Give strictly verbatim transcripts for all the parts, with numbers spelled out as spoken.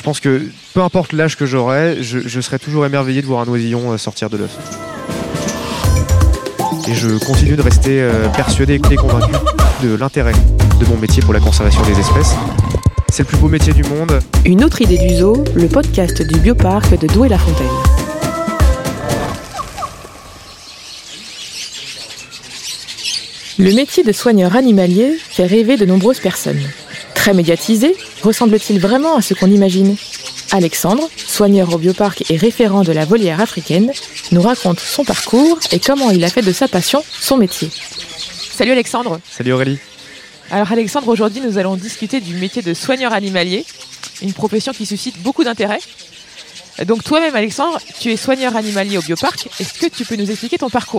pense que peu importe l'âge que j'aurai, je, je serai toujours émerveillé de voir un oisillon sortir de l'œuf. Et je continue de rester euh, persuadé et convaincu de l'intérêt de mon métier pour la conservation des espèces. C'est le plus beau métier du monde. Une autre idée du zoo, le podcast du bioparc de Douai-la-Fontaine. Le métier de soigneur animalier fait rêver de nombreuses personnes. Très médiatisé, ressemble-t-il vraiment à ce qu'on imagine ? Alexandre, soigneur au bioparc et référent de la volière africaine, nous raconte son parcours et comment il a fait de sa passion son métier. Salut Alexandre. Salut Aurélie. Alors Alexandre, aujourd'hui nous allons discuter du métier de soigneur animalier, une profession qui suscite beaucoup d'intérêt. Donc toi-même Alexandre, tu es soigneur animalier au bioparc, est-ce que tu peux nous expliquer ton parcours ?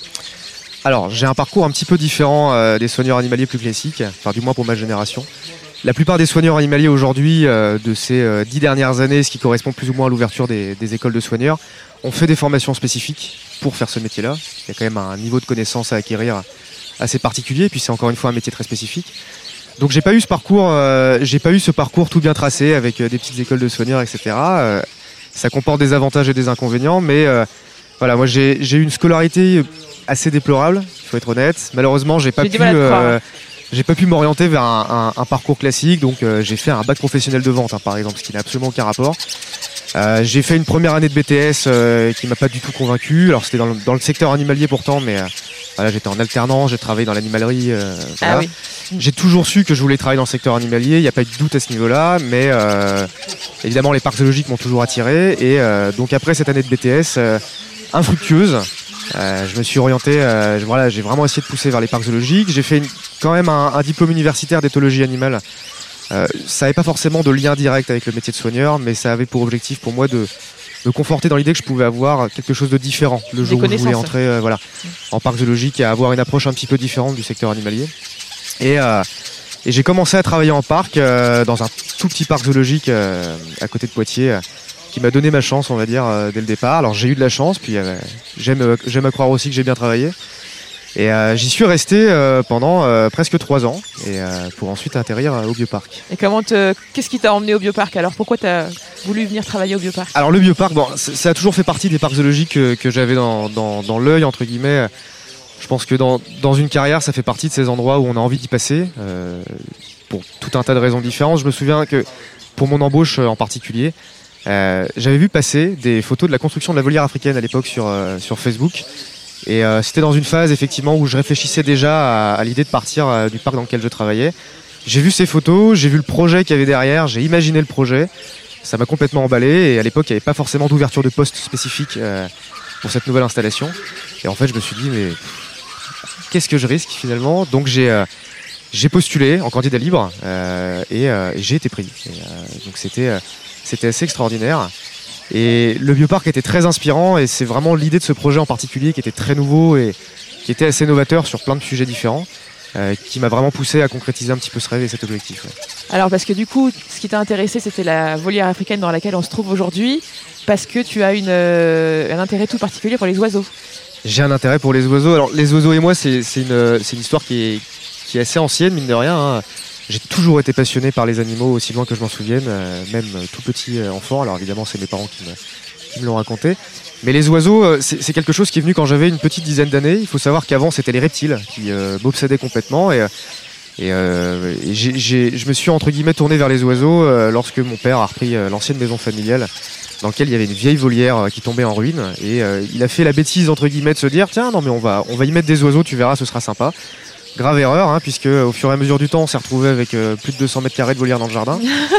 Alors j'ai un parcours un petit peu différent euh, des soigneurs animaliers plus classiques, enfin du moins pour ma génération. La plupart des soigneurs animaliers aujourd'hui, euh, de ces euh, dix dernières années, ce qui correspond plus ou moins à l'ouverture des, des écoles de soigneurs, ont fait des formations spécifiques pour faire ce métier-là. Il y a quand même un niveau de connaissance à acquérir assez particulier, et puis c'est encore une fois un métier très spécifique. Donc j'ai pas eu ce parcours, euh, j'ai pas eu ce parcours tout bien tracé avec euh, des petites écoles de soigneurs, et cetera. Euh, ça comporte des avantages et des inconvénients, mais euh, voilà, moi j'ai, j'ai eu une scolarité assez déplorable, il faut être honnête. Malheureusement, j'ai pas j'ai pu, euh, j'ai pas pu m'orienter vers un, un, un parcours classique, donc euh, j'ai fait un bac professionnel de vente, hein, par exemple, ce qui n'a absolument aucun rapport. Euh, j'ai fait une première année de B T S euh, qui m'a pas du tout convaincu. Alors c'était dans le, dans le secteur animalier pourtant, mais euh, voilà, j'étais en alternance, j'ai travaillé dans l'animalerie. Euh, voilà. Ah oui. J'ai toujours su que je voulais travailler dans le secteur animalier, il n'y a pas eu de doute à ce niveau-là, mais euh, évidemment les parcs zoologiques m'ont toujours attiré. Et euh, donc après cette année de B T S euh, infructueuse, euh, je me suis orienté, euh, voilà, j'ai vraiment essayé de pousser vers les parcs zoologiques. J'ai fait une, quand même un, un diplôme universitaire d'éthologie animale. Euh, ça n'avait pas forcément de lien direct avec le métier de soigneur, mais ça avait pour objectif pour moi de me conforter dans l'idée que je pouvais avoir quelque chose de différent le jour où je voulais entrer euh, voilà, en parc zoologique et avoir une approche un petit peu différente du secteur animalier. Et, euh, et j'ai commencé à travailler en parc, euh, dans un tout petit parc zoologique euh, à côté de Poitiers, euh, qui m'a donné ma chance, on va dire, euh, dès le départ. Alors j'ai eu de la chance, puis euh, j'aime, euh, j'aime à croire aussi que j'ai bien travaillé. Et euh, j'y suis resté euh, pendant euh, presque trois ans, et euh, pour ensuite atterrir euh, au bioparc. Et comment te... qu'est-ce qui t'a emmené au bioparc alors ? Pourquoi t'as voulu venir travailler au bioparc ? Alors le bioparc, bon, ça a toujours fait partie des parcs zoologiques que, que j'avais dans, dans, dans l'œil, entre guillemets. Je pense que dans, dans une carrière, ça fait partie de ces endroits où on a envie d'y passer, euh, pour tout un tas de raisons différentes. Je me souviens que pour mon embauche en particulier, euh, j'avais vu passer des photos de la construction de la volière africaine à l'époque sur, euh, sur Facebook. Et euh, c'était dans une phase effectivement où je réfléchissais déjà à, à l'idée de partir euh, du parc dans lequel je travaillais. J'ai vu ces photos, j'ai vu le projet qu'il y avait derrière, j'ai imaginé le projet. Ça m'a complètement emballé, et à l'époque il n'y avait pas forcément d'ouverture de poste spécifique euh, pour cette nouvelle installation. Et en fait je me suis dit mais pff, qu'est-ce que je risque finalement ? Donc j'ai, euh, j'ai postulé en candidat libre euh, et, euh, et j'ai été pris. Et, euh, donc c'était, euh, c'était assez extraordinaire. Et le bioparc était très inspirant, et c'est vraiment l'idée de ce projet en particulier qui était très nouveau et qui était assez novateur sur plein de sujets différents, euh, qui m'a vraiment poussé à concrétiser un petit peu ce rêve et cet objectif. Ouais. Alors parce que du coup, ce qui t'a intéressé, c'était la volière africaine dans laquelle on se trouve aujourd'hui, parce que tu as une, euh, un intérêt tout particulier pour les oiseaux. J'ai un intérêt pour les oiseaux. Alors les oiseaux et moi, c'est, c'est, une, c'est une histoire qui est, qui est assez ancienne, mine de rien, hein. J'ai toujours été passionné par les animaux aussi loin que je m'en souvienne, euh, même tout petit euh, enfant. Alors évidemment, c'est mes parents qui me, qui me l'ont raconté. Mais les oiseaux, euh, c'est, c'est quelque chose qui est venu quand j'avais une petite dizaine d'années. Il faut savoir qu'avant, c'était les reptiles qui euh, m'obsédaient complètement. Et, et, euh, et j'ai, j'ai, je me suis entre guillemets tourné vers les oiseaux euh, lorsque mon père a repris euh, l'ancienne maison familiale dans laquelle il y avait une vieille volière euh, qui tombait en ruine. Et euh, il a fait la bêtise entre guillemets de se dire tiens, non mais on va, on va y mettre des oiseaux, tu verras, ce sera sympa. Grave erreur, hein, puisque au fur et à mesure du temps, on s'est retrouvé avec euh, plus de deux cents mètres carrés de volière dans le jardin.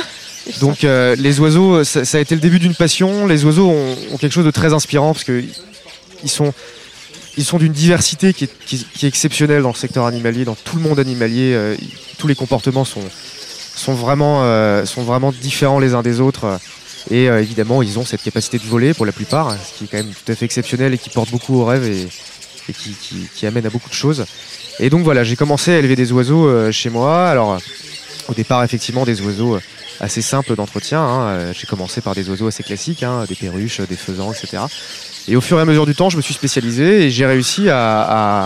Donc euh, les oiseaux, ça, ça a été le début d'une passion. Les oiseaux ont, ont quelque chose de très inspirant, parce que ils sont, ils sont d'une diversité qui est, qui, qui est exceptionnelle dans le secteur animalier, dans tout le monde animalier. Euh, tous les comportements sont, sont, vraiment, euh, sont vraiment différents les uns des autres. Et euh, évidemment, ils ont cette capacité de voler pour la plupart, ce qui est quand même tout à fait exceptionnel et qui porte beaucoup au rêve et, et qui, qui, qui amène à beaucoup de choses. Et donc voilà, j'ai commencé à élever des oiseaux euh, chez moi. Alors au départ effectivement des oiseaux assez simples d'entretien, hein. J'ai commencé par des oiseaux assez classiques, hein, des perruches, des faisans, et cetera. Et au fur et à mesure du temps, je me suis spécialisé et j'ai réussi à, à,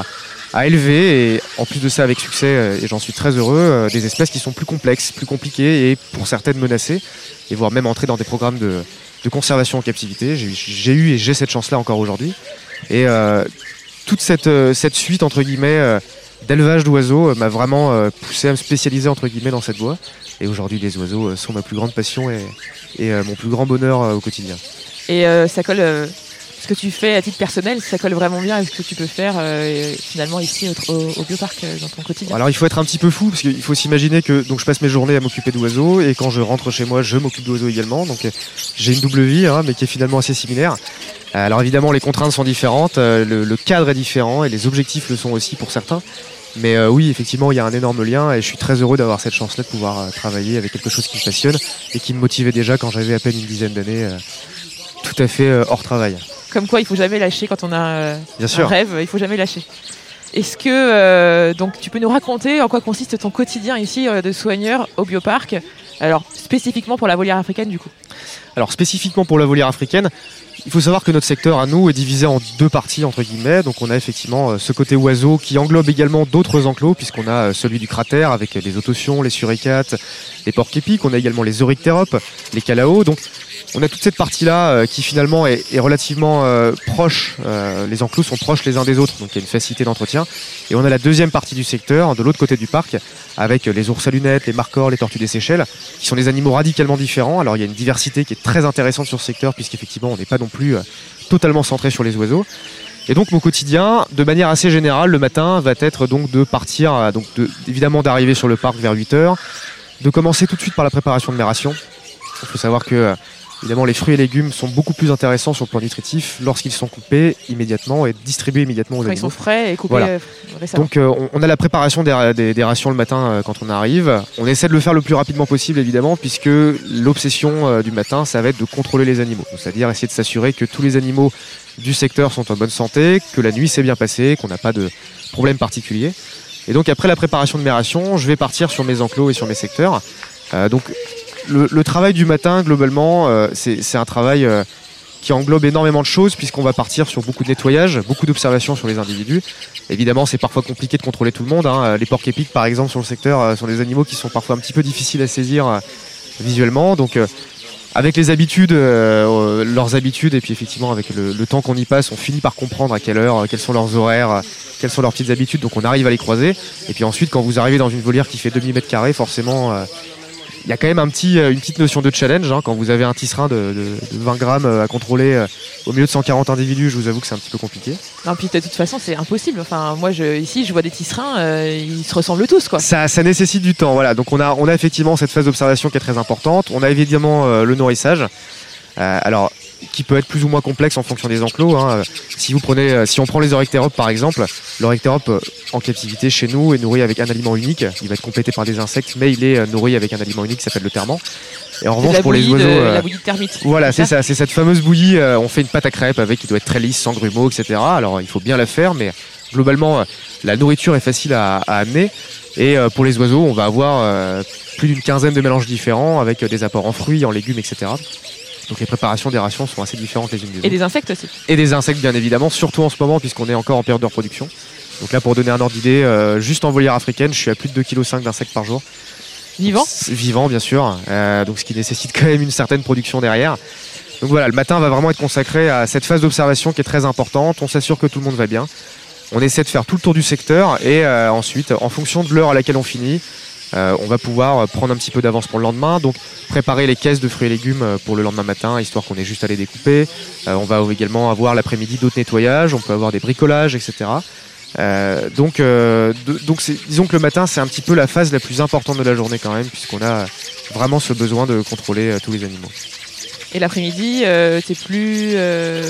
à élever, et en plus de ça avec succès, et j'en suis très heureux, des espèces qui sont plus complexes, plus compliquées et pour certaines menacées, et voire même entrer dans des programmes de, de conservation en captivité. J'ai, j'ai eu et j'ai cette chance-là encore aujourd'hui. Et euh, toute cette, cette suite entre guillemets euh, d'élevage d'oiseaux euh, m'a vraiment euh, poussé à me spécialiser entre guillemets dans cette voie. Et aujourd'hui, les oiseaux euh, sont ma plus grande passion et, et euh, mon plus grand bonheur euh, au quotidien. Et euh, ça colle. Euh... Ce que tu fais à titre personnel, ça colle vraiment bien avec ce que tu peux faire euh, finalement ici au, au, au bioparc euh, dans ton quotidien. Alors il faut être un petit peu fou parce qu'il faut s'imaginer que donc je passe mes journées à m'occuper d'oiseaux et quand je rentre chez moi, je m'occupe d'oiseaux également. Donc euh, j'ai une double vie, hein, mais qui est finalement assez similaire. Euh, alors évidemment, les contraintes sont différentes, euh, le, le cadre est différent et les objectifs le sont aussi pour certains. Mais euh, oui, effectivement, il y a un énorme lien et je suis très heureux d'avoir cette chance-là de pouvoir euh, travailler avec quelque chose qui me passionne et qui me motivait déjà quand j'avais à peine une dizaine d'années, euh, tout à fait euh, hors travail. Comme quoi, il faut jamais lâcher quand on a euh, Bien un sûr. rêve, il faut jamais lâcher. Est-ce que euh, donc tu peux nous raconter en quoi consiste ton quotidien ici euh, de soigneur au bioparc? Alors spécifiquement pour la volière africaine du coup. Alors spécifiquement pour la volière africaine, il faut savoir que notre secteur à nous est divisé en deux parties entre guillemets. Donc on a effectivement ce côté oiseau qui englobe également d'autres enclos puisqu'on a celui du cratère avec les autocions, les suricates, les porcs-épics. On a également les oryctéropes, les calaos. Donc on a toute cette partie-là euh, qui finalement est, est relativement euh, proche. Euh, les enclos sont proches les uns des autres, donc il y a une facilité d'entretien. Et on a la deuxième partie du secteur, de l'autre côté du parc, avec les ours à lunettes, les marcors, les tortues des Seychelles, qui sont des animaux radicalement différents. Alors il y a une diversité qui est très intéressante sur ce secteur, puisqu'effectivement on n'est pas non plus euh, totalement centré sur les oiseaux. Et donc mon quotidien, de manière assez générale, le matin, va être donc de partir, euh, donc de, évidemment d'arriver sur le parc vers huit heures, de commencer tout de suite par la préparation de mes rations. Il faut savoir que euh, évidemment, les fruits et légumes sont beaucoup plus intéressants sur le plan nutritif lorsqu'ils sont coupés immédiatement et distribués immédiatement aux quand animaux. Ils sont frais et coupés voilà. euh, récemment. Donc euh, on, on a la préparation des, des, des rations le matin euh, quand on arrive. On essaie de le faire le plus rapidement possible évidemment puisque l'obsession euh, du matin, ça va être de contrôler les animaux. Donc, c'est-à-dire essayer de s'assurer que tous les animaux du secteur sont en bonne santé, que la nuit s'est bien passée, qu'on n'a pas de problème particulier. Et donc après la préparation de mes rations, je vais partir sur mes enclos et sur mes secteurs. Euh, donc Le, le travail du matin, globalement, euh, c'est, c'est un travail euh, qui englobe énormément de choses puisqu'on va partir sur beaucoup de nettoyage, beaucoup d'observations sur les individus. Évidemment, c'est parfois compliqué de contrôler tout le monde. Hein. Les porcs-épics, par exemple, sur le secteur, euh, sont des animaux qui sont parfois un petit peu difficiles à saisir euh, visuellement. Donc, euh, avec les habitudes, euh, leurs habitudes, et puis effectivement, avec le, le temps qu'on y passe, on finit par comprendre à quelle heure, euh, quels sont leurs horaires, euh, quelles sont leurs petites habitudes. Donc, on arrive à les croiser. Et puis ensuite, quand vous arrivez dans une volière qui fait deux mille mètres carrés, forcément... Euh, il y a quand même un petit, une petite notion de challenge hein, quand vous avez un tisserin de, de, de vingt grammes à contrôler euh, au milieu de cent quarante individus. Je vous avoue que c'est un petit peu compliqué. Non, puis de toute façon, c'est impossible. Enfin, moi, je, ici, je vois des tisserins, euh, ils se ressemblent tous, quoi. Ça, ça nécessite du temps. Voilà. Donc on a, on a effectivement cette phase d'observation qui est très importante. On a évidemment euh, le nourrissage. Euh, alors, qui peut être plus ou moins complexe en fonction des enclos. Hein. Si vous prenez, si on prend les oryctéropes par exemple, l'oryctérope euh, en captivité chez nous est nourri avec un aliment unique. Il va être complété par des insectes, mais il est euh, nourri avec un aliment unique qui s'appelle le terment. Et en revanche, pour les oiseaux, de, euh, la bouillie de termites. Voilà, c'est ça, ça c'est cette fameuse bouillie. Euh, on fait une pâte à crêpes avec qui doit être très lisse, sans grumeaux, et cetera. Alors il faut bien la faire, mais globalement, euh, la nourriture est facile à, à amener. Et euh, pour les oiseaux, on va avoir euh, plus d'une quinzaine de mélanges différents avec euh, des apports en fruits, en légumes, et cetera. Donc les préparations des rations sont assez différentes les unes des autres. Et des insectes aussi. Et des insectes bien évidemment, surtout en ce moment puisqu'on est encore en période de reproduction. Donc là pour donner un ordre d'idée, euh, juste en volière africaine, je suis à plus de deux virgule cinq kilos d'insectes par jour. Vivant Vivant bien sûr, euh, donc ce qui nécessite quand même une certaine production derrière. Donc voilà, le matin va vraiment être consacré à cette phase d'observation qui est très importante. On s'assure que tout le monde va bien. On essaie de faire tout le tour du secteur et euh, ensuite, en fonction de l'heure à laquelle on finit, Euh, on va pouvoir prendre un petit peu d'avance pour le lendemain, donc préparer les caisses de fruits et légumes pour le lendemain matin, histoire qu'on ait juste à les découper. Euh, on va également avoir l'après-midi d'autres nettoyages, on peut avoir des bricolages, et cetera. Euh, donc, euh, de, donc c'est, disons que le matin, c'est un petit peu la phase la plus importante de la journée quand même, puisqu'on a vraiment ce besoin de contrôler euh, tous les animaux. Et l'après-midi, euh, c'est plus... Euh...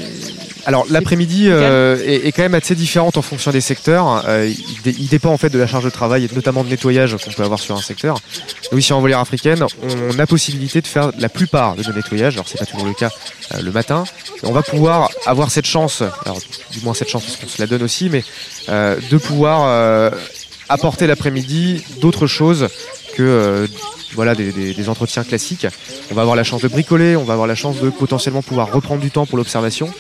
Alors l'après-midi euh, est, est quand même assez différente en fonction des secteurs. Euh, il, dé, il dépend en fait de la charge de travail et notamment de nettoyage qu'on peut avoir sur un secteur. Nous ici en volière africaine, on a possibilité de faire la plupart de nos nettoyages. Alors c'est pas toujours le cas euh, le matin. Et on va pouvoir avoir cette chance, alors du moins cette chance parce qu'on se la donne aussi, mais euh, de pouvoir euh, apporter l'après-midi d'autres choses que euh, voilà, des, des, des entretiens classiques. On va avoir la chance de bricoler, on va avoir la chance de potentiellement pouvoir reprendre du temps pour l'observation.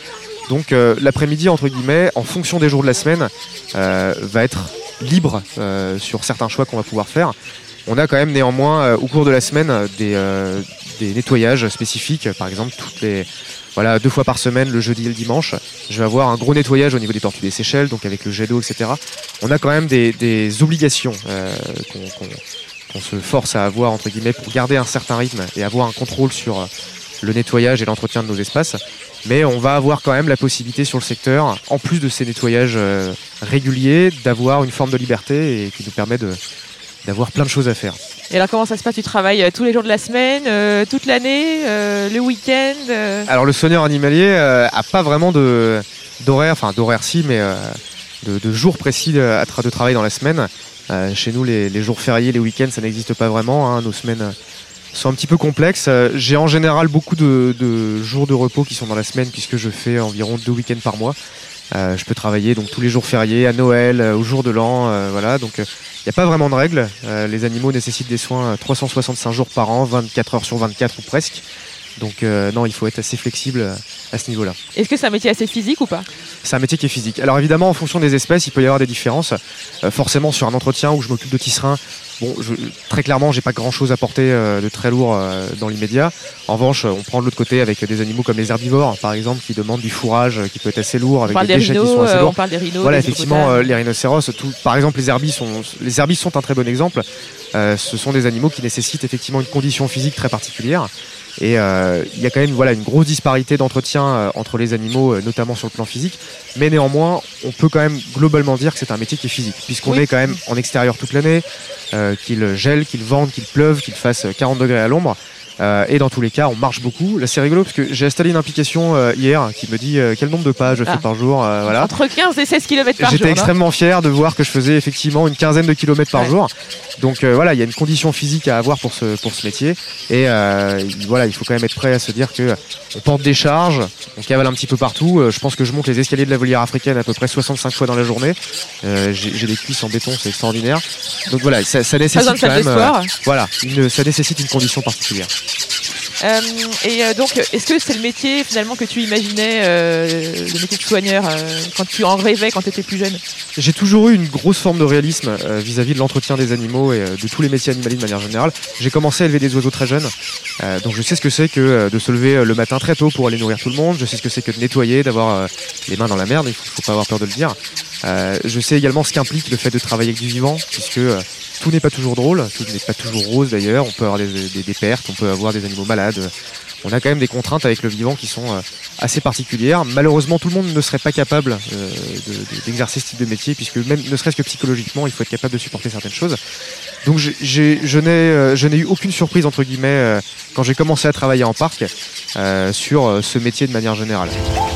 Donc euh, l'après-midi, entre guillemets, en fonction des jours de la semaine, euh, va être libre euh, sur certains choix qu'on va pouvoir faire. On a quand même néanmoins euh, au cours de la semaine des, euh, des nettoyages spécifiques. Par exemple, toutes les, voilà, deux fois par semaine, le jeudi et le dimanche, je vais avoir un gros nettoyage au niveau des tortues des Seychelles, donc avec le jet d'eau, et cetera. On a quand même des, des obligations euh, qu'on, qu'on, qu'on se force à avoir, entre guillemets, pour garder un certain rythme et avoir un contrôle sur le nettoyage et l'entretien de nos espaces. Mais on va avoir quand même la possibilité sur le secteur, en plus de ces nettoyages euh, réguliers, d'avoir une forme de liberté et qui nous permet de, d'avoir plein de choses à faire. Et alors comment ça se passe ? Tu travailles euh, tous les jours de la semaine, euh, toute l'année, euh, le week-end euh... Alors le soigneur animalier euh, a pas vraiment de, d'horaire, enfin d'horaire si, mais euh, de, de jours précis de, à tra- de travail dans la semaine. Euh, chez nous, les, les jours fériés, les week-ends, ça n'existe pas vraiment. Hein. Nos semaines sont un petit peu complexes. Euh, j'ai en général beaucoup de, de jours de repos qui sont dans la semaine puisque je fais environ deux week-ends par mois. Euh, je peux travailler donc tous les jours fériés, à Noël, euh, au jour de l'an, euh, voilà. Donc il euh, n'y a pas vraiment de règles. Euh, les animaux nécessitent des soins trois cent soixante-cinq jours par an, vingt-quatre heures sur vingt-quatre ou presque. Donc euh, non, il faut être assez flexible à ce niveau-là. Est-ce que c'est un métier assez physique ou pas ? C'est un métier qui est physique. Alors évidemment, en fonction des espèces, il peut y avoir des différences. Euh, forcément, sur un entretien où je m'occupe de tisserins, bon, je, très clairement, j'ai pas grand-chose à porter euh, de très lourd euh, dans l'immédiat. En revanche, on prend de l'autre côté avec des animaux comme les herbivores, par exemple, qui demandent du fourrage euh, qui peut être assez lourd, avec des, des déchets rhinos, qui sont assez lourds. On parle des rhinos. Voilà, effectivement, euh, les rhinocéros, tout, par exemple, les herbies sont, les herbies sont un très bon exemple. Euh, ce sont des animaux qui nécessitent effectivement une condition physique très particulière. Et il euh, y a quand même voilà, une grosse disparité d'entretien euh, entre les animaux, euh, notamment sur le plan physique. Mais néanmoins, on peut quand même globalement dire que c'est un métier qui est physique, puisqu'on oui. est quand même en extérieur toute l'année, euh, qu'il gèle, qu'il vente, qu'il pleuve, qu'il fasse quarante degrés à l'ombre. Euh, et dans tous les cas, on marche beaucoup. Là, c'est rigolo parce que j'ai installé une application euh, hier qui me dit euh, quel nombre de pas je fais ah. par jour. Euh, voilà. Entre quinze et seize kilomètres par J'étais jour. J'étais extrêmement fier de voir que je faisais effectivement une quinzaine de kilomètres par ouais. jour. Donc euh, voilà, il y a une condition physique à avoir pour ce, pour ce métier. Et euh, voilà, il faut quand même être prêt à se dire que on porte des charges, on cavale un petit peu partout. Euh, je pense que je monte les escaliers de la volière africaine à peu près soixante-cinq fois dans la journée. Euh, j'ai, j'ai des cuisses en béton, c'est extraordinaire. Donc voilà, ça, ça nécessite quand même. Euh, voilà, une, ça nécessite une condition particulière. Euh, et euh, donc, est-ce que c'est le métier finalement que tu imaginais, euh, le métier de soigneur, euh, quand tu en rêvais quand tu étais plus jeune ? J'ai toujours eu une grosse forme de réalisme euh, vis-à-vis de l'entretien des animaux et euh, de tous les métiers animaliers de manière générale. J'ai commencé à élever des oiseaux très jeunes, euh, donc je sais ce que c'est que euh, de se lever euh, le matin très tôt pour aller nourrir tout le monde. Je sais ce que c'est que de nettoyer, d'avoir euh, les mains dans la merde, il faut, faut pas avoir peur de le dire. Euh, je sais également ce qu'implique le fait de travailler avec du vivant, puisque euh, tout n'est pas toujours drôle, tout n'est pas toujours rose d'ailleurs, on peut avoir des, des, des pertes, on peut avoir des animaux malades. On a quand même des contraintes avec le vivant qui sont euh, assez particulières. Malheureusement, tout le monde ne serait pas capable euh, de, de, d'exercer ce type de métier, puisque même ne serait-ce que psychologiquement, il faut être capable de supporter certaines choses. Donc j'ai, j'ai, je, n'ai, euh, je n'ai eu aucune surprise, entre guillemets, euh, quand j'ai commencé à travailler en parc, euh, sur euh, ce métier de manière générale.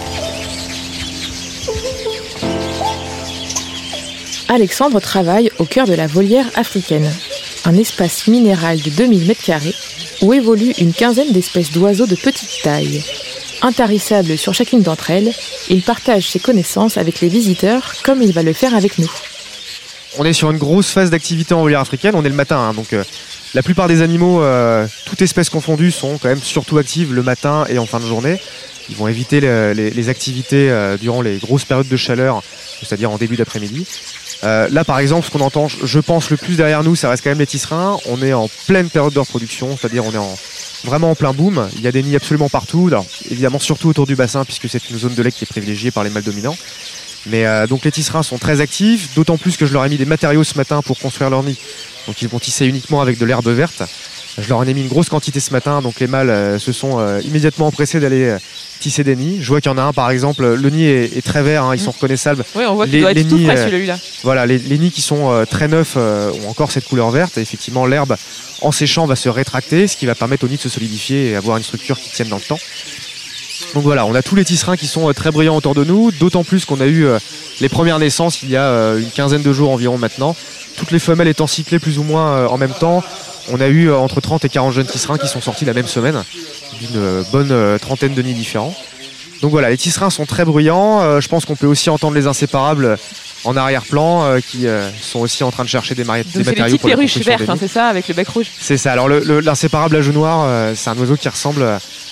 Alexandre travaille au cœur de la volière africaine, un espace minéral de deux mille mètres carrés où évoluent une quinzaine d'espèces d'oiseaux de petite taille. Intarissable sur chacune d'entre elles, il partage ses connaissances avec les visiteurs comme il va le faire avec nous. On est sur une grosse phase d'activité en volière africaine, on est le matin, hein, donc euh, la plupart des animaux, euh, toutes espèces confondues, sont quand même surtout actives le matin et en fin de journée. Ils vont éviter les, les, les activités euh, durant les grosses périodes de chaleur, c'est-à-dire en début d'après-midi. Euh, là par exemple, ce qu'on entend, je pense le plus derrière nous, ça reste quand même les tisserins. On est en pleine période de reproduction, c'est-à-dire on est en, vraiment en plein boom. Il y a des nids absolument partout, alors évidemment surtout autour du bassin puisque c'est une zone de lait qui est privilégiée par les mâles dominants. Mais euh, donc les tisserins sont très actifs, d'autant plus que je leur ai mis des matériaux ce matin pour construire leur nid. Donc ils vont tisser uniquement avec de l'herbe verte. Je leur en ai mis une grosse quantité ce matin, donc les mâles euh, se sont euh, immédiatement empressés d'aller euh, tisser des nids. Je vois qu'il y en a un par exemple, le nid est, est très vert, hein, ils sont reconnaissables. Oui, on voit qu'il les, doit être tout nids, frais celui-là. Euh, voilà, les, les nids qui sont euh, très neufs euh, ont encore cette couleur verte. Et effectivement, l'herbe en séchant va se rétracter, ce qui va permettre au nid de se solidifier et avoir une structure qui tienne dans le temps. Donc voilà, on a tous les tisserins qui sont euh, très brillants autour de nous, d'autant plus qu'on a eu euh, les premières naissances il y a euh, une quinzaine de jours environ maintenant. Toutes les femelles étant cyclées plus ou moins euh, en même temps. On a eu euh, entre trente et quarante jeunes tisserins qui sont sortis la même semaine, d'une euh, bonne euh, trentaine de nids différents. Donc voilà, les tisserins sont très bruyants. Euh, je pense qu'on peut aussi entendre les inséparables en arrière-plan euh, qui euh, sont aussi en train de chercher des, mari- des matériaux pour la construction vertes, hein, c'est ça, avec le bec rouge. C'est ça. Alors le, le, l'inséparable à joue noir, euh, c'est un oiseau qui ressemble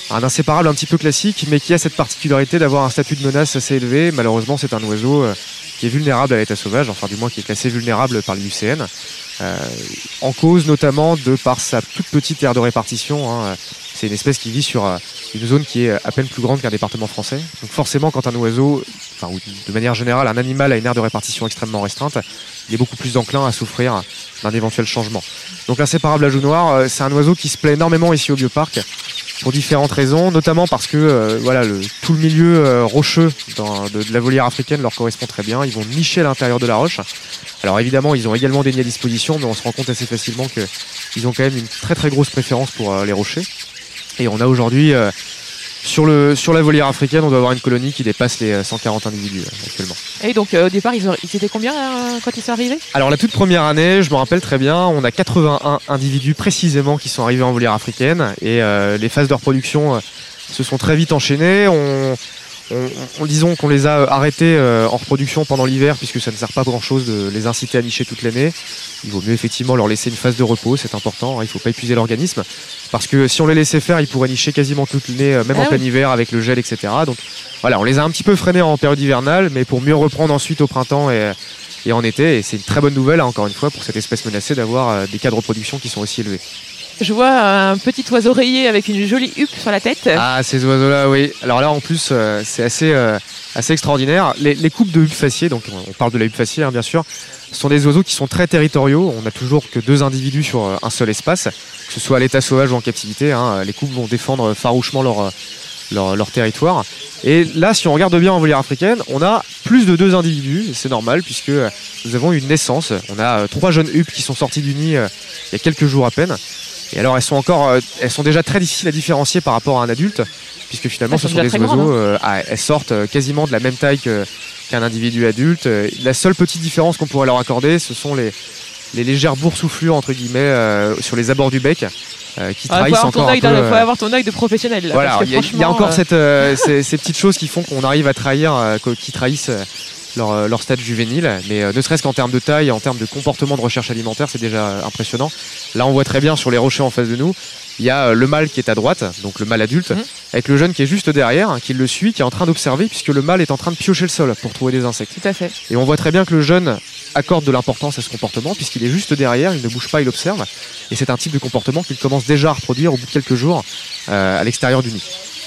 un inséparable un petit peu classique, mais qui a cette particularité d'avoir un statut de menace assez élevé. Malheureusement, c'est un oiseau euh, qui est vulnérable à l'état sauvage, enfin du moins qui est classé vulnérable par l'I U C N, euh, en cause notamment de par sa toute petite aire de répartition. Hein. C'est une espèce qui vit sur euh, une zone qui est à peine plus grande qu'un département français. Donc forcément, quand un oiseau, enfin ou de manière générale, un animal a une aire de répartition extrêmement restreinte, il est beaucoup plus enclin à souffrir d'un éventuel changement. Donc l'inséparable ajout noir, euh, c'est un oiseau qui se plaît énormément ici au bioparc, pour différentes raisons, notamment parce que euh, voilà, le, tout le milieu euh, rocheux dans, de, de la volière africaine leur correspond très bien. Ils vont nicher à l'intérieur de la roche. Alors évidemment, ils ont également des nids à disposition, mais on se rend compte assez facilement qu'ils ont quand même une très très grosse préférence pour euh, les rochers. Et on a aujourd'hui, euh, sur, le, sur la volière africaine, on doit avoir une colonie qui dépasse les cent quarante individus euh, actuellement. Et donc euh, au départ, ils, ont, ils étaient combien euh, quand ils sont arrivés ? Alors la toute première année, je me rappelle très bien, on a quatre-vingt-un individus précisément qui sont arrivés en volière africaine, et euh, les phases de reproduction euh, se sont très vite enchaînées. On, on, on, disons qu'on les a arrêtés euh, en reproduction pendant l'hiver, puisque ça ne sert pas grand chose de les inciter à nicher toute l'année. Il vaut mieux effectivement leur laisser une phase de repos, c'est important, hein, il ne faut pas épuiser l'organisme, parce que si on les laissait faire, ils pourraient nicher quasiment toute l'année, même ah en oui. plein hiver avec le gel, et cetera. Donc voilà, on les a un petit peu freinés en période hivernale, mais pour mieux reprendre ensuite au printemps et, et en été, et c'est une très bonne nouvelle, hein, encore une fois, pour cette espèce menacée d'avoir euh, des cas de reproduction qui sont aussi élevés. Je vois un petit oiseau rayé avec une jolie huppe sur la tête. Ah, ces oiseaux-là, oui. Alors là, en plus, euh, c'est assez, euh, assez extraordinaire. Les, les couples de huppe faciées, donc on parle de la huppe faciée, hein, bien sûr, sont des oiseaux qui sont très territoriaux. On n'a toujours que deux individus sur un seul espace, que ce soit à l'état sauvage ou en captivité. Hein. Les couples vont défendre farouchement leur, leur, leur territoire. Et là, si on regarde bien en volière africaine, on a plus de deux individus. C'est normal, puisque nous avons une naissance. On a trois jeunes huppes qui sont sorties du nid euh, il y a quelques jours à peine. Et alors elles sont encore, euh, elles sont déjà très difficiles à différencier par rapport à un adulte, puisque finalement ah, ce sont des oiseaux, grandes, hein. euh, ah, elles sortent euh, quasiment de la même taille que, qu'un individu adulte. Euh, la seule petite différence qu'on pourrait leur accorder, ce sont les, les légères boursouflures entre guillemets euh, sur les abords du bec, euh, qui ah, trahissent encore un peu. Il euh... faut avoir ton œil de professionnel. Là, voilà, il y, y a encore euh... cette, euh, ces, ces petites choses qui font qu'on arrive à trahir, euh, qui trahissent. Euh, Leur, leur stade juvénile, mais euh, ne serait-ce qu'en termes de taille, en termes de comportement de recherche alimentaire, c'est déjà euh, impressionnant. Là, on voit très bien sur les rochers en face de nous, il y a euh, le mâle qui est à droite, donc le mâle adulte, mmh. avec le jeune qui est juste derrière, hein, qui le suit, qui est en train d'observer, puisque le mâle est en train de piocher le sol pour trouver des insectes. Tout à fait. Et on voit très bien que le jeune accorde de l'importance à ce comportement, puisqu'il est juste derrière, il ne bouge pas, il observe, et c'est un type de comportement qu'il commence déjà à reproduire au bout de quelques jours euh, à l'extérieur du nid.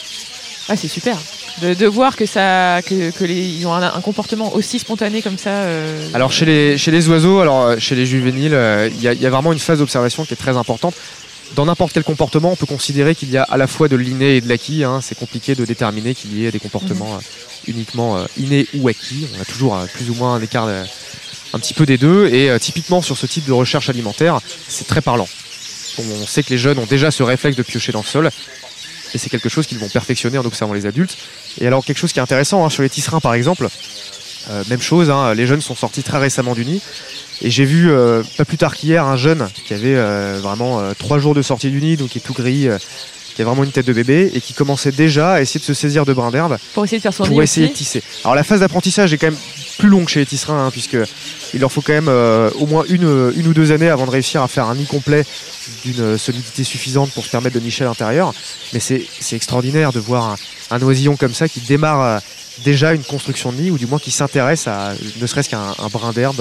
Ah, c'est super. De, de voir que ça, que, que les, ils ont un, un comportement aussi spontané comme ça. Euh... Alors chez les, chez les oiseaux, alors chez les juvéniles, il euh, y, y a vraiment une phase d'observation qui est très importante. Dans n'importe quel comportement, on peut considérer qu'il y a à la fois de l'inné et de l'acquis. Hein. C'est compliqué de déterminer qu'il y ait des comportements mmh. euh, uniquement euh, innés ou acquis. On a toujours euh, plus ou moins un écart euh, un petit peu des deux. Et euh, typiquement sur ce type de recherche alimentaire, c'est très parlant. On sait que les jeunes ont déjà ce réflexe de piocher dans le sol. Et c'est quelque chose qu'ils vont perfectionner en observant les adultes. Et alors quelque chose qui est intéressant, hein, sur les tisserins par exemple, euh, même chose, hein, les jeunes sont sortis très récemment du nid. Et j'ai vu, euh, pas plus tard qu'hier, un jeune qui avait euh, vraiment euh, trois jours de sortie du nid, donc qui est tout gris, euh, qui a vraiment une tête de bébé, et qui commençait déjà à essayer de se saisir de brins d'herbe pour essayer de faire son pour nid essayer aussi. de tisser. Alors la phase d'apprentissage est quand même plus longue chez les tisserins, hein, puisque il leur faut quand même euh, au moins une, une ou deux années avant de réussir à faire un nid complet d'une solidité suffisante pour se permettre de nicher à l'intérieur. Mais c'est, c'est extraordinaire de voir un, un oisillon comme ça qui démarre euh, déjà une construction de nid, ou du moins qui s'intéresse à ne serait-ce qu'un un brin d'herbe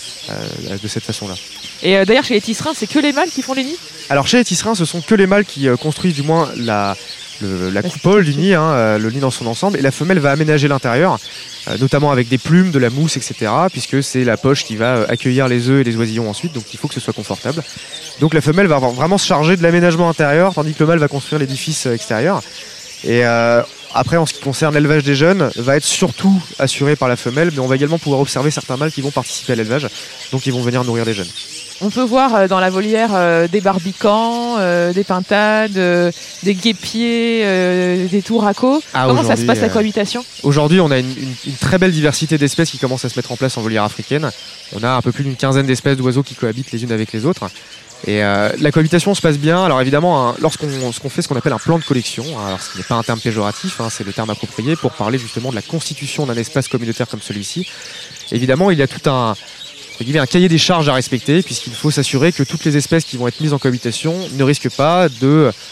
euh, de cette façon-là. Et euh, d'ailleurs chez les tisserins, c'est que les mâles qui font les nids ? Alors chez les tisserins, ce sont que les mâles qui euh, construisent du moins la, le, la coupole du nid, hein, euh, le nid dans son ensemble, et la femelle va aménager l'intérieur, euh, notamment avec des plumes, de la mousse, et cetera, puisque c'est la poche qui va euh, accueillir les œufs et les oisillons ensuite, donc il faut que ce soit confortable. Donc la femelle va vraiment se charger de l'aménagement intérieur, tandis que le mâle va construire l'édifice extérieur. Et euh, après, en ce qui concerne l'élevage des jeunes, va être surtout assuré par la femelle, mais on va également pouvoir observer certains mâles qui vont participer à l'élevage, donc ils vont venir nourrir les jeunes. On peut voir dans la volière euh, des barbicans, euh, des pintades, euh, des guépiers, euh, des touracos. Ah, comment ça se passe la cohabitation ? euh, Aujourd'hui, on a une, une, une très belle diversité d'espèces qui commence à se mettre en place en volière africaine. On a un peu plus d'une quinzaine d'espèces d'oiseaux qui cohabitent les unes avec les autres. Et euh, la cohabitation se passe bien. Alors évidemment, hein, lorsqu'on ce qu'on fait ce qu'on appelle un plan de collection, alors ce n'est pas un terme péjoratif, hein, c'est le terme approprié pour parler justement de la constitution d'un espace communautaire comme celui-ci. Évidemment, il y a tout un un cahier des charges à respecter, puisqu'il faut s'assurer que toutes les espèces qui vont être mises en cohabitation ne risquent pas de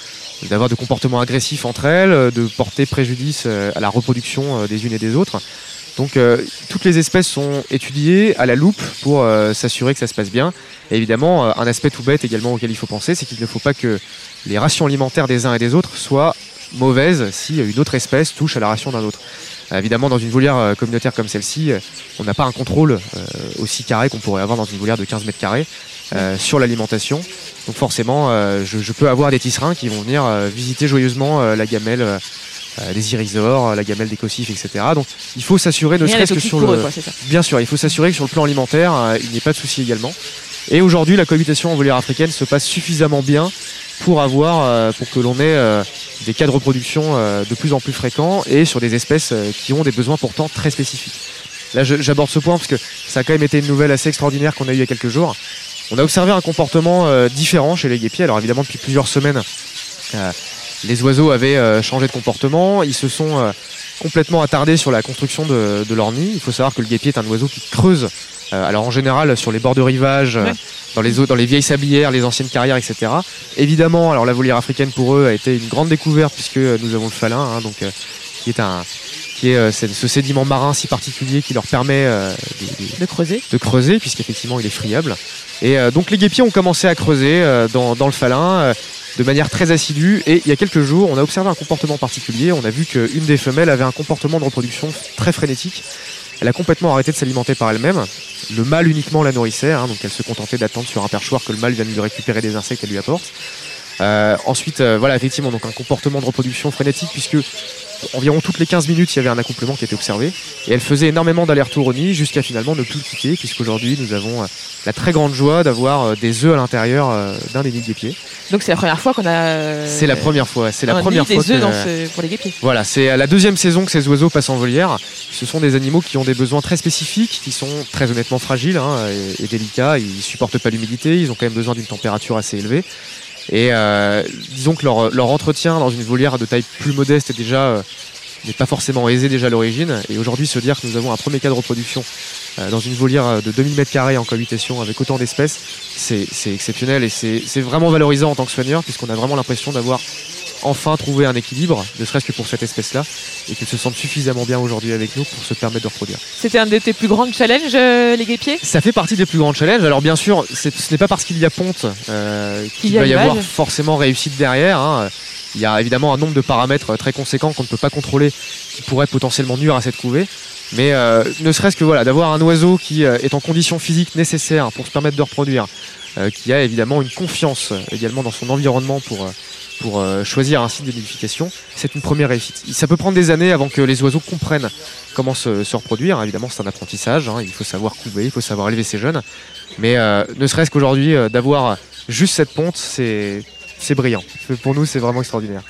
d'avoir de comportements agressifs entre elles, de porter préjudice à la reproduction des unes et des autres. Donc euh, toutes les espèces sont étudiées à la loupe pour euh, s'assurer que ça se passe bien. Et évidemment, euh, un aspect tout bête également auquel il faut penser, c'est qu'il ne faut pas que les rations alimentaires des uns et des autres soient mauvaises si une autre espèce touche à la ration d'un autre. Euh, évidemment, dans une volière euh, communautaire comme celle-ci, euh, on n'a pas un contrôle euh, aussi carré qu'on pourrait avoir dans une volière de quinze mètres carrés euh, sur l'alimentation. Donc forcément, euh, je, je peux avoir des tisserins qui vont venir euh, visiter joyeusement euh, la gamelle euh, Euh, des irisors, la gamelle des cossifs, et cetera. Donc il faut s'assurer, ne serait-ce que sur le... Eux, quoi, c'est ça. Bien sûr, il faut s'assurer que sur le plan alimentaire, euh, il n'y ait pas de souci également. Et aujourd'hui, la cohabitation en volière africaine se passe suffisamment bien pour avoir, euh, pour que l'on ait euh, des cas de reproduction euh, de plus en plus fréquents et sur des espèces euh, qui ont des besoins pourtant très spécifiques. Là, je, j'aborde ce point parce que ça a quand même été une nouvelle assez extraordinaire qu'on a eue il y a quelques jours. On a observé un comportement euh, différent chez les guépiers. Alors évidemment, depuis plusieurs semaines, euh, les oiseaux avaient euh, changé de comportement, ils se sont euh, complètement attardés sur la construction de, de leur nid. Il faut savoir que le guépier est un oiseau qui creuse, euh, alors en général sur les bords de rivage, ouais. euh, dans, les eaux, dans les vieilles sablières, les anciennes carrières, et cetera. Évidemment, alors la volière africaine pour eux a été une grande découverte puisque nous avons le falin, hein, donc, euh, qui est, un, qui est euh, ce sédiment marin si particulier qui leur permet euh, de, de, de creuser, de creuser puisqu'effectivement il est friable. Et euh, donc les guépiers ont commencé à creuser euh, dans, dans le falin. Euh, de manière très assidue, et il y a quelques jours on a observé un comportement particulier. On a vu qu'une des femelles avait un comportement de reproduction très frénétique. Elle a complètement arrêté de s'alimenter par elle-même. Le mâle uniquement la nourrissait, hein, donc elle se contentait d'attendre sur un perchoir que le mâle vienne lui récupérer des insectes qu'elle lui apporte. Euh, ensuite, euh, voilà, effectivement, donc un comportement de reproduction frénétique, puisque environ toutes les quinze minutes, il y avait un accouplement qui était observé. Et elle faisait énormément d'allers-retours au nid jusqu'à finalement ne plus le quitter, puisqu'aujourd'hui, nous avons euh, la très grande joie d'avoir euh, des œufs à l'intérieur euh, d'un des nids de guépiers. Donc c'est la première fois qu'on a... Euh, c'est la première fois, c'est la un première nid fois des œufs que, dans ce, pour les guépiers. Voilà, c'est la deuxième saison que ces oiseaux passent en volière. Ce sont des animaux qui ont des besoins très spécifiques, qui sont très honnêtement fragiles hein, et, et délicats. Ils supportent pas l'humidité, ils ont quand même besoin d'une température assez élevée. Et euh, disons que leur, leur entretien dans une volière de taille plus modeste est déjà euh, n'est pas forcément aisé déjà à l'origine. Et aujourd'hui, se dire que nous avons un premier cas de reproduction euh, dans une volière de deux mille mètres carrés en cohabitation avec autant d'espèces, c'est, c'est exceptionnel et c'est, c'est vraiment valorisant en tant que soigneur, puisqu'on a vraiment l'impression d'avoir enfin trouvé un équilibre, ne serait-ce que pour cette espèce-là, et qu'elle se sente suffisamment bien aujourd'hui avec nous pour se permettre de reproduire. C'était un de tes plus grands challenges, euh, les guépiers ? Ça fait partie des plus grands challenges. Alors bien sûr, c'est, ce n'est pas parce qu'il y a ponte euh, qu'il va y avoir forcément réussite derrière. Hein. Il y a évidemment un nombre de paramètres très conséquents qu'on ne peut pas contrôler, qui pourraient potentiellement nuire à cette couvée. Mais euh, ne serait-ce que voilà, d'avoir un oiseau qui euh, est en conditions physiques nécessaires pour se permettre de reproduire, euh, qui a évidemment une confiance également dans son environnement pour... Euh, pour euh, choisir un site de nidification, c'est une première réussite. Ça peut prendre des années avant que les oiseaux comprennent comment se, se reproduire. Évidemment, c'est un apprentissage, hein. Il faut savoir couver, il faut savoir élever ses jeunes. Mais euh, ne serait-ce qu'aujourd'hui, euh, d'avoir juste cette ponte, c'est, c'est brillant. Pour nous, c'est vraiment extraordinaire.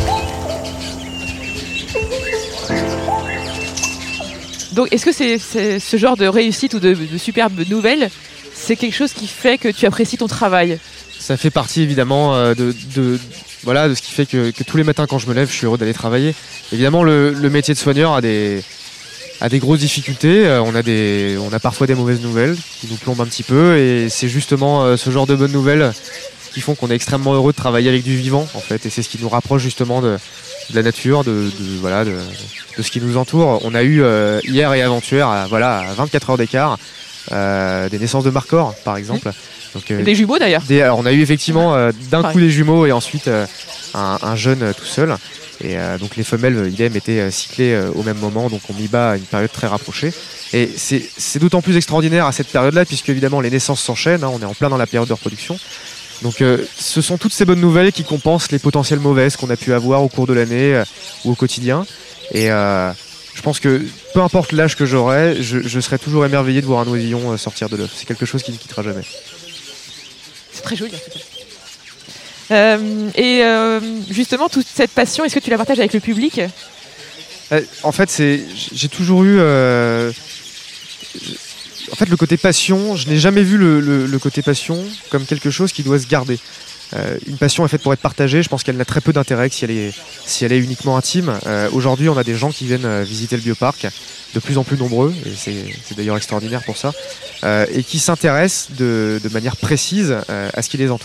Donc, est-ce que c'est, c'est ce genre de réussite ou de, de superbes nouvelles, c'est quelque chose qui fait que tu apprécies ton travail ? Ça fait partie évidemment euh, de, de, voilà, de ce qui fait que, que tous les matins quand je me lève, je suis heureux d'aller travailler. Évidemment, le, le métier de soigneur a des, a des grosses difficultés. Euh, on, a des, on a parfois des mauvaises nouvelles qui nous plombent un petit peu. Et c'est justement euh, ce genre de bonnes nouvelles qui font qu'on est extrêmement heureux de travailler avec du vivant, en fait. Et c'est ce qui nous rapproche justement de, de la nature, de, de, voilà, de, de ce qui nous entoure. On a eu euh, hier et avant-hier, à, voilà, à vingt-quatre heures d'écart, euh, des naissances de marcors, par exemple. Donc, euh, des jumeaux d'ailleurs. Des, alors on a eu effectivement euh, d'un coup des jumeaux et ensuite euh, un, un jeune euh, tout seul. Et euh, donc les femelles, idem, étaient euh, cyclées euh, au même moment, donc on y bat à une période très rapprochée. Et c'est, c'est d'autant plus extraordinaire à cette période-là, puisque évidemment les naissances s'enchaînent, hein, on est en plein dans la période de reproduction. Donc euh, ce sont toutes ces bonnes nouvelles qui compensent les potentielles mauvaises qu'on a pu avoir au cours de l'année euh, ou au quotidien. Et euh, je pense que peu importe l'âge que j'aurai, je, je serai toujours émerveillé de voir un oisillon euh, sortir de l'œuf. C'est quelque chose qui ne quittera jamais. C'est très joli en tout cas. Euh, et euh, justement, toute cette passion, est-ce que tu la partages avec le public ? euh, En fait, c'est, j'ai toujours eu... Euh, en fait, le côté passion, je n'ai jamais vu le, le, le côté passion comme quelque chose qui doit se garder. Euh, une passion est faite pour être partagée, je pense qu'elle n'a très peu d'intérêt que si elle est, si elle est uniquement intime. Euh, aujourd'hui, on a des gens qui viennent visiter le bioparc, de plus en plus nombreux, et c'est, c'est d'ailleurs extraordinaire pour ça, euh, et qui s'intéressent de, de manière précise euh, à ce qui les entoure.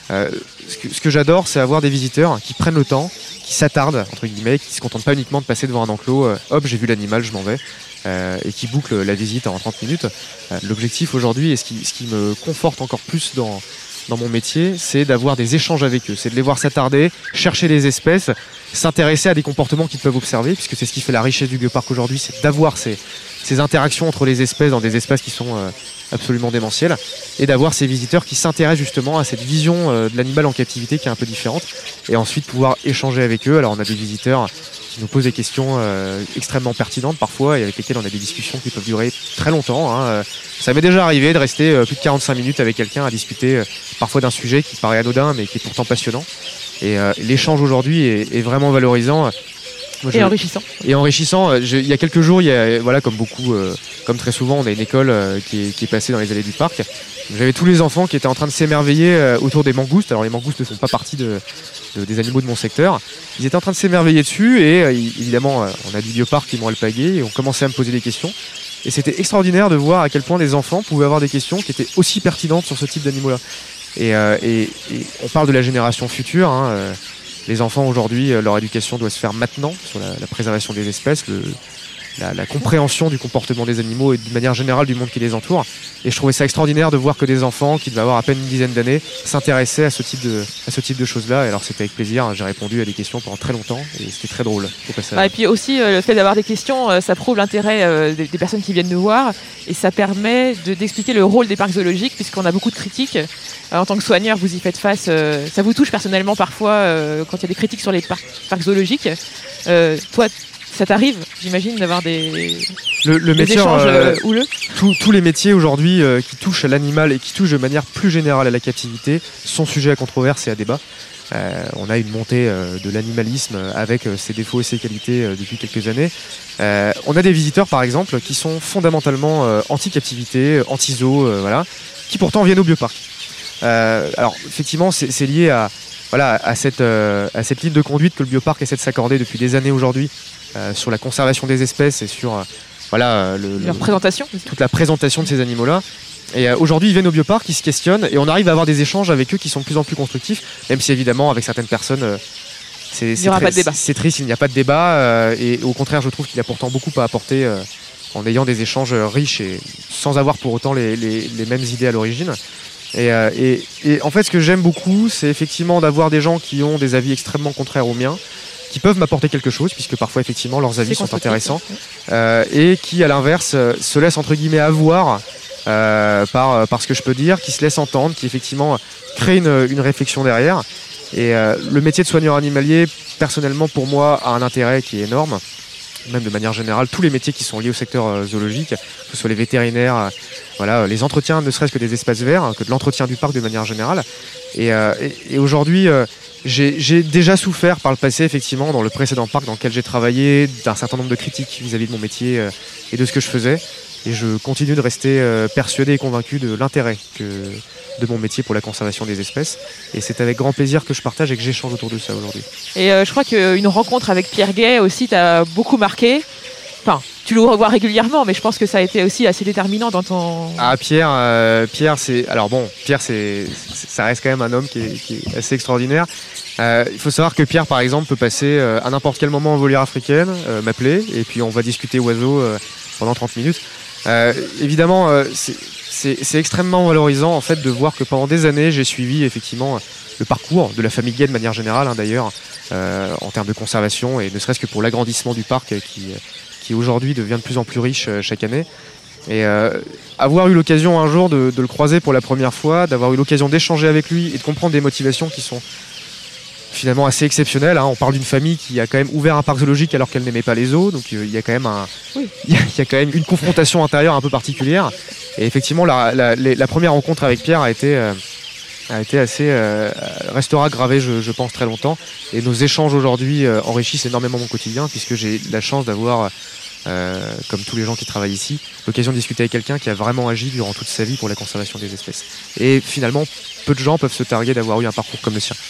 Euh, ce que, ce que j'adore, c'est avoir des visiteurs qui prennent le temps, qui s'attardent, entre guillemets, qui ne se contentent pas uniquement de passer devant un enclos, euh, hop, j'ai vu l'animal, je m'en vais, euh, et qui bouclent la visite en trente minutes. Euh, l'objectif aujourd'hui, et ce qui, ce qui me conforte encore plus dans, dans mon métier, c'est d'avoir des échanges avec eux, c'est de les voir s'attarder, chercher les espèces, s'intéresser à des comportements qu'ils peuvent observer, puisque c'est ce qui fait la richesse du bioparc aujourd'hui, c'est d'avoir ces, ces interactions entre les espèces dans des espaces qui sont euh, absolument démentiels, et d'avoir ces visiteurs qui s'intéressent justement à cette vision euh, de l'animal en captivité qui est un peu différente, et ensuite pouvoir échanger avec eux. Alors on a des visiteurs qui nous posent des questions euh, extrêmement pertinentes parfois, et avec lesquelles on a des discussions qui peuvent durer très longtemps, hein. Ça m'est déjà arrivé de rester euh, plus de quarante-cinq minutes avec quelqu'un à discuter euh, parfois d'un sujet qui paraît anodin mais qui est pourtant passionnant. Et euh, l'échange aujourd'hui est, est vraiment valorisant. Moi, je... Et enrichissant. Et enrichissant. Je, il y a quelques jours, il y a, voilà, comme beaucoup, euh, comme très souvent, on a une école euh, qui, est, qui est passée dans les allées du parc. J'avais tous les enfants qui étaient en train de s'émerveiller euh, autour des mangoustes. Alors les mangoustes ne font pas partie de, de, des animaux de mon secteur. Ils étaient en train de s'émerveiller dessus et euh, évidemment, euh, on a du bioparc qui m'ont alpagué et on commençait à me poser des questions. Et c'était extraordinaire de voir à quel point des enfants pouvaient avoir des questions qui étaient aussi pertinentes sur ce type d'animaux-là. Et, euh, et, et on parle de la génération future. Hein, euh, les enfants aujourd'hui, euh, leur éducation doit se faire maintenant sur la, la préservation des espèces, le, la, la compréhension du comportement des animaux et de manière générale du monde qui les entoure. Et je trouvais ça extraordinaire de voir que des enfants qui devaient avoir à peine une dizaine d'années s'intéressaient à ce type de, à ce type de choses-là. Et alors c'était avec plaisir, hein, j'ai répondu à des questions pendant très longtemps et c'était très drôle. Bah, et puis aussi euh, le fait d'avoir des questions, euh, ça prouve l'intérêt euh, des, des personnes qui viennent nous voir et ça permet de, d'expliquer le rôle des parcs zoologiques puisqu'on a beaucoup de critiques. Euh, en tant que soigneur, vous y faites face. Euh, ça vous touche personnellement parfois euh, quand il y a des critiques sur les parcs, parcs zoologiques. Euh, toi, ça t'arrive, j'imagine, d'avoir des, le, le des métier, échanges euh, houleux. Tous, tous les métiers aujourd'hui euh, qui touchent à l'animal et qui touchent de manière plus générale à la captivité sont sujets à controverse et à débat. Euh, on a une montée euh, de l'animalisme avec euh, ses défauts et ses qualités euh, depuis quelques années. Euh, on a des visiteurs, par exemple, qui sont fondamentalement euh, anti-captivité, anti-zoo, euh, voilà, qui pourtant viennent au bioparc. Euh, alors, effectivement, c'est, c'est lié à, voilà, à, cette, euh, à cette ligne de conduite que le bioparc essaie de s'accorder depuis des années aujourd'hui. Euh, sur la conservation des espèces et sur euh, voilà, le, le, leur présentation. toute la présentation de ces animaux-là. Et euh, aujourd'hui, ils viennent au bioparc, ils se questionnent et on arrive à avoir des échanges avec eux qui sont de plus en plus constructifs, même si évidemment, avec certaines personnes, euh, c'est, c'est, très, c'est, c'est triste, il n'y a pas de débat. Euh, et au contraire, je trouve qu'il a pourtant beaucoup à apporter euh, en ayant des échanges riches et sans avoir pour autant les, les, les mêmes idées à l'origine. Et, euh, et, et en fait, ce que j'aime beaucoup, c'est effectivement d'avoir des gens qui ont des avis extrêmement contraires aux miens, qui peuvent m'apporter quelque chose, puisque parfois, effectivement, leurs avis sont intéressants, euh, et qui, à l'inverse, euh, se laissent, entre guillemets, avoir euh, par, par ce que je peux dire, qui se laissent entendre, qui, effectivement, créent une, une réflexion derrière. Et euh, le métier de soigneur animalier, personnellement, pour moi, a un intérêt qui est énorme, même de manière générale, tous les métiers qui sont liés au secteur euh, zoologique, que ce soit les vétérinaires, euh, voilà, les entretiens, ne serait-ce que des espaces verts, hein, que de l'entretien du parc de manière générale. Et, euh, et, et aujourd'hui... Euh, J'ai, j'ai déjà souffert par le passé, effectivement, dans le précédent parc dans lequel j'ai travaillé, d'un certain nombre de critiques vis-à-vis de mon métier euh, et de ce que je faisais. Et je continue de rester euh, persuadé et convaincu de l'intérêt que, de mon métier pour la conservation des espèces. Et c'est avec grand plaisir que je partage et que j'échange autour de ça aujourd'hui. Et euh, je crois qu'une rencontre avec Pierre Gay aussi t'a beaucoup marqué. Enfin, tu le revois régulièrement, mais je pense que ça a été aussi assez déterminant dans ton... Ah, Pierre, euh, Pierre c'est... Alors bon, Pierre, c'est... ça reste quand même un homme qui est, qui est assez extraordinaire. Euh, il faut savoir que Pierre, par exemple, peut passer euh, à n'importe quel moment en volière africaine, euh, m'appeler, et puis on va discuter oiseaux euh, pendant trente minutes. Euh, évidemment, euh, c'est, c'est, c'est extrêmement valorisant, en fait, de voir que pendant des années, j'ai suivi, effectivement, le parcours de la famille Gay de manière générale, hein, d'ailleurs, euh, en termes de conservation, et ne serait-ce que pour l'agrandissement du parc qui... qui aujourd'hui devient de plus en plus riche euh, chaque année. Et euh, avoir eu l'occasion un jour de, de le croiser pour la première fois, d'avoir eu l'occasion d'échanger avec lui et de comprendre des motivations qui sont finalement assez exceptionnelles. Hein. On parle d'une famille qui a quand même ouvert un parc zoologique alors qu'elle n'aimait pas les zoos, donc euh, il y a quand même un, oui. il y a, il y a quand même une confrontation intérieure un peu particulière. Et effectivement, la, la, la, la première rencontre avec Pierre a été... Euh, a été assez euh, restera gravé je, je pense très longtemps, et nos échanges aujourd'hui euh, enrichissent énormément mon quotidien, puisque j'ai la chance d'avoir euh, comme tous les gens qui travaillent ici, l'occasion de discuter avec quelqu'un qui a vraiment agi durant toute sa vie pour la conservation des espèces. Et finalement, peu de gens peuvent se targuer d'avoir eu un parcours comme le sien.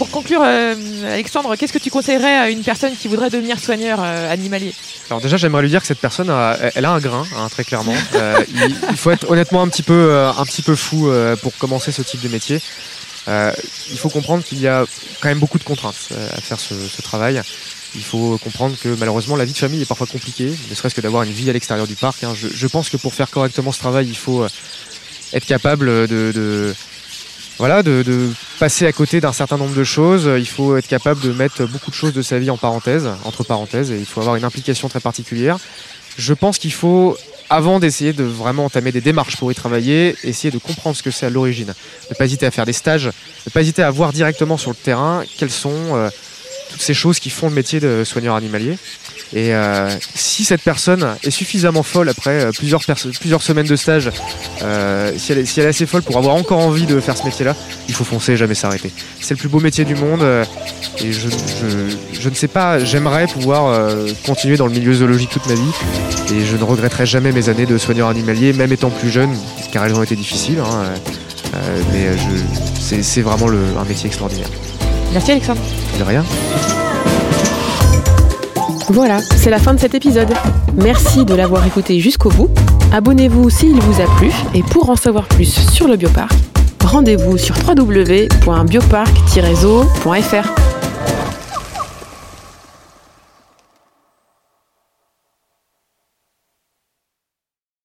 pour conclure, euh, Alexandre, qu'est-ce que tu conseillerais à une personne qui voudrait devenir soigneur euh, animalier ? Alors déjà, j'aimerais lui dire que cette personne, a, elle a un grain, hein, très clairement. Euh, il, il faut être honnêtement un petit peu, euh, un petit peu fou euh, pour commencer ce type de métier. Euh, il faut comprendre qu'il y a quand même beaucoup de contraintes euh, à faire ce, ce travail. Il faut comprendre que malheureusement la vie de famille est parfois compliquée, ne serait-ce que d'avoir une vie à l'extérieur du parc. Hein. Je, je pense que pour faire correctement ce travail, il faut être capable de, de, voilà, de, de passer à côté d'un certain nombre de choses. Il faut être capable de mettre beaucoup de choses de sa vie en parenthèse, entre parenthèses, et il faut avoir une implication très particulière. Je pense qu'il faut, avant d'essayer de vraiment entamer des démarches pour y travailler, essayer de comprendre ce que c'est à l'origine. Ne pas hésiter à faire des stages, ne pas hésiter à voir directement sur le terrain quelles sont euh, toutes ces choses qui font le métier de soigneur animalier. Et euh, si cette personne est suffisamment folle après euh, plusieurs, perso- plusieurs semaines de stage, euh, si, elle est, si elle est assez folle pour avoir encore envie de faire ce métier-là, il faut foncer et jamais s'arrêter. C'est le plus beau métier du monde euh, et je, je, je ne sais pas, j'aimerais pouvoir euh, continuer dans le milieu zoologique toute ma vie et je ne regretterai jamais mes années de soigneur animalier, même étant plus jeune, car elles ont été difficiles, hein, euh, mais je, c'est, c'est vraiment le, un métier extraordinaire. Merci Alexandre. De rien. Voilà, c'est la fin de cet épisode. Merci de l'avoir écouté jusqu'au bout. Abonnez-vous s'il vous a plu et pour en savoir plus sur le bioparc, rendez-vous sur w w w point bioparc tiret zoo point f r.